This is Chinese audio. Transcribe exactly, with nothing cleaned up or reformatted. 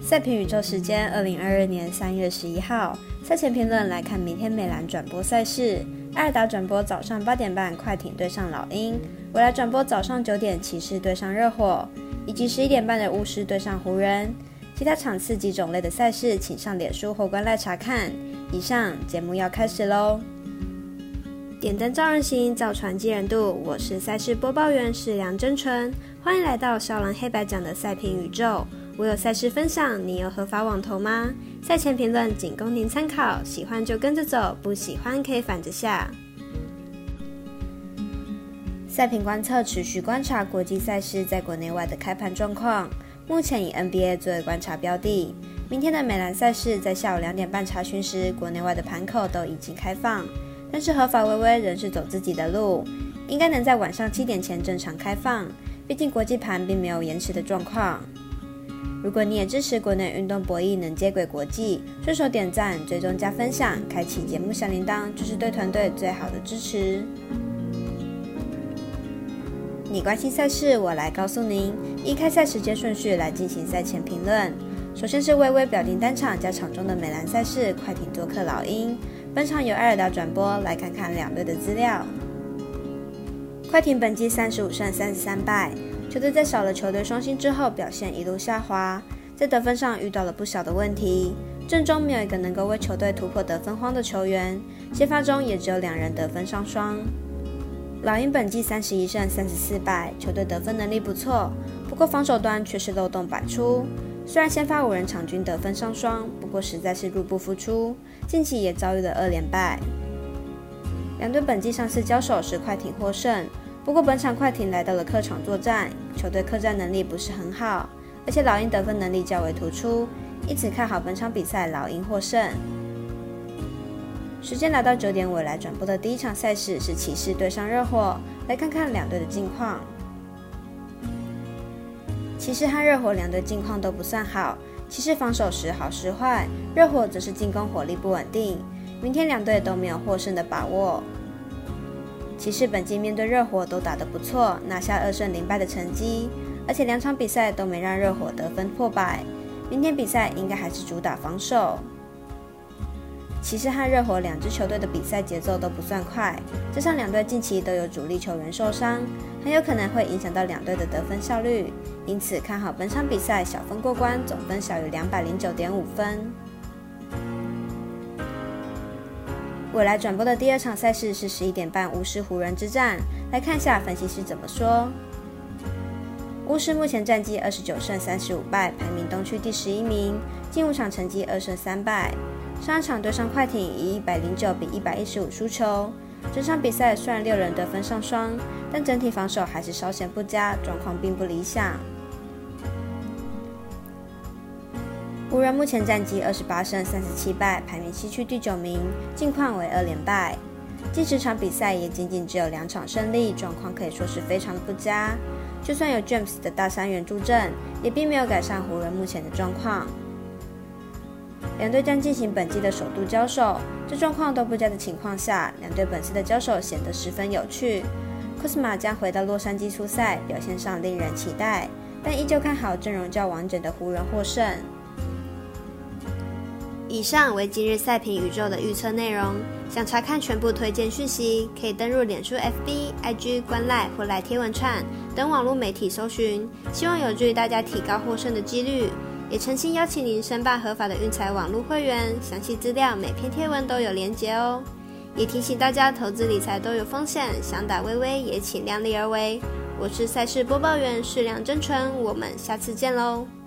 赛评宇宙时间，二零二二年三月十一号，赛前评论来看明天美兰转播赛事。爱尔达转播早上八点半快艇对上老鹰，未来转播早上九点骑士对上热火，以及十一点半的巫师对上湖人。其他场次及种类的赛事，请上脸书或观赖查看。以上节目要开始喽。点灯照人行，造船济人度。我是赛事播报员是梁真纯，欢迎来到少郎黑白讲的赛评宇宙。我有赛事分享，你有合法网投吗？赛前评论仅供您参考，喜欢就跟着走，不喜欢可以反着下。赛评观测持续观察国际赛事在国内外的开盘状况，目前以 N B A 作为观察标的。明天的美兰赛事在下午两点半查询时，国内外的盘口都已经开放，但是合法微微仍是走自己的路，应该能在晚上七点前正常开放，毕竟国际盘并没有延迟的状况。如果你也支持国内运动博弈能接轨国际，顺手点赞、追踪加分享，开启节目小铃铛，就是对团队最好的支持。你关心赛事，我来告诉您。依开赛时间顺序来进行赛前评论。首先是微微表定单场加场中的美兰赛事，快艇做客老鹰。本场由爱尔达转播，来看看两队的资料。快艇本季三十五胜三十三败。球队在少了球队双星之后，表现一路下滑，在得分上遇到了不小的问题。阵中没有一个能够为球队突破得分荒的球员，先发中也只有两人得分上双。老鹰本季三十一胜三十四败，球队得分能力不错，不过防守端却是漏洞百出。虽然先发五人场均得分上双，不过实在是入不敷出，近期也遭遇了二连败。两队本季上次交手时快艇获胜。不过本场快艇来到了客场作战，球队客战能力不是很好，而且老鹰得分能力较为突出，因此看好本场比赛老鹰获胜。时间来到九点，未来转播的第一场赛事是骑士对上热火，来看看两队的近况。骑士和热火两队近况都不算好，骑士防守时好时坏，热火则是进攻火力不稳定，明天两队都没有获胜的把握。骑士本季面对热火都打得不错，拿下二胜零败的成绩，而且两场比赛都没让热火得分破百。明天比赛应该还是主打防守。骑士和热火两支球队的比赛节奏都不算快，加上两队近期都有主力球员受伤，很有可能会影响到两队的得分效率，因此看好本场比赛小分过关，总分小于两百零九点五分。未来转播的第二场赛事是十一点半巫师湖人之战，来看下分析师怎么说。巫师目前战绩二十九胜三十五败，排名东区第十一名，近五场成绩二胜三败。上一场对上快艇以一百零九比一百一十五输球，整场比赛虽然六人得分上双，但整体防守还是稍显不佳，状况并不理想。湖人目前战绩二十八胜三十七败，排名西区第九名，近况为二连败。近十场比赛也仅仅只有两场胜利，状况可以说是非常不佳。就算有 James 的大三元助阵，也并没有改善湖人目前的状况。两队将进行本季的首度交手，在状况都不佳的情况下，两队本次的交手显得十分有趣。Kuzma 将回到洛杉矶出赛，表现上令人期待，但依旧看好阵容较完整的湖人获胜。以上为今日赛评宇宙的预测内容，想查看全部推荐讯息，可以登入脸书 F B、I G、观赖或赖贴文串等网络媒体搜寻，希望有助于大家提高获胜的几率。也诚心邀请您申办合法的运彩网络会员，详细资料每篇贴文都有连结哦。也提醒大家，投资理财都有风险，想打微微也请量力而为。我是赛事播报员是梁真纯，我们下次见喽。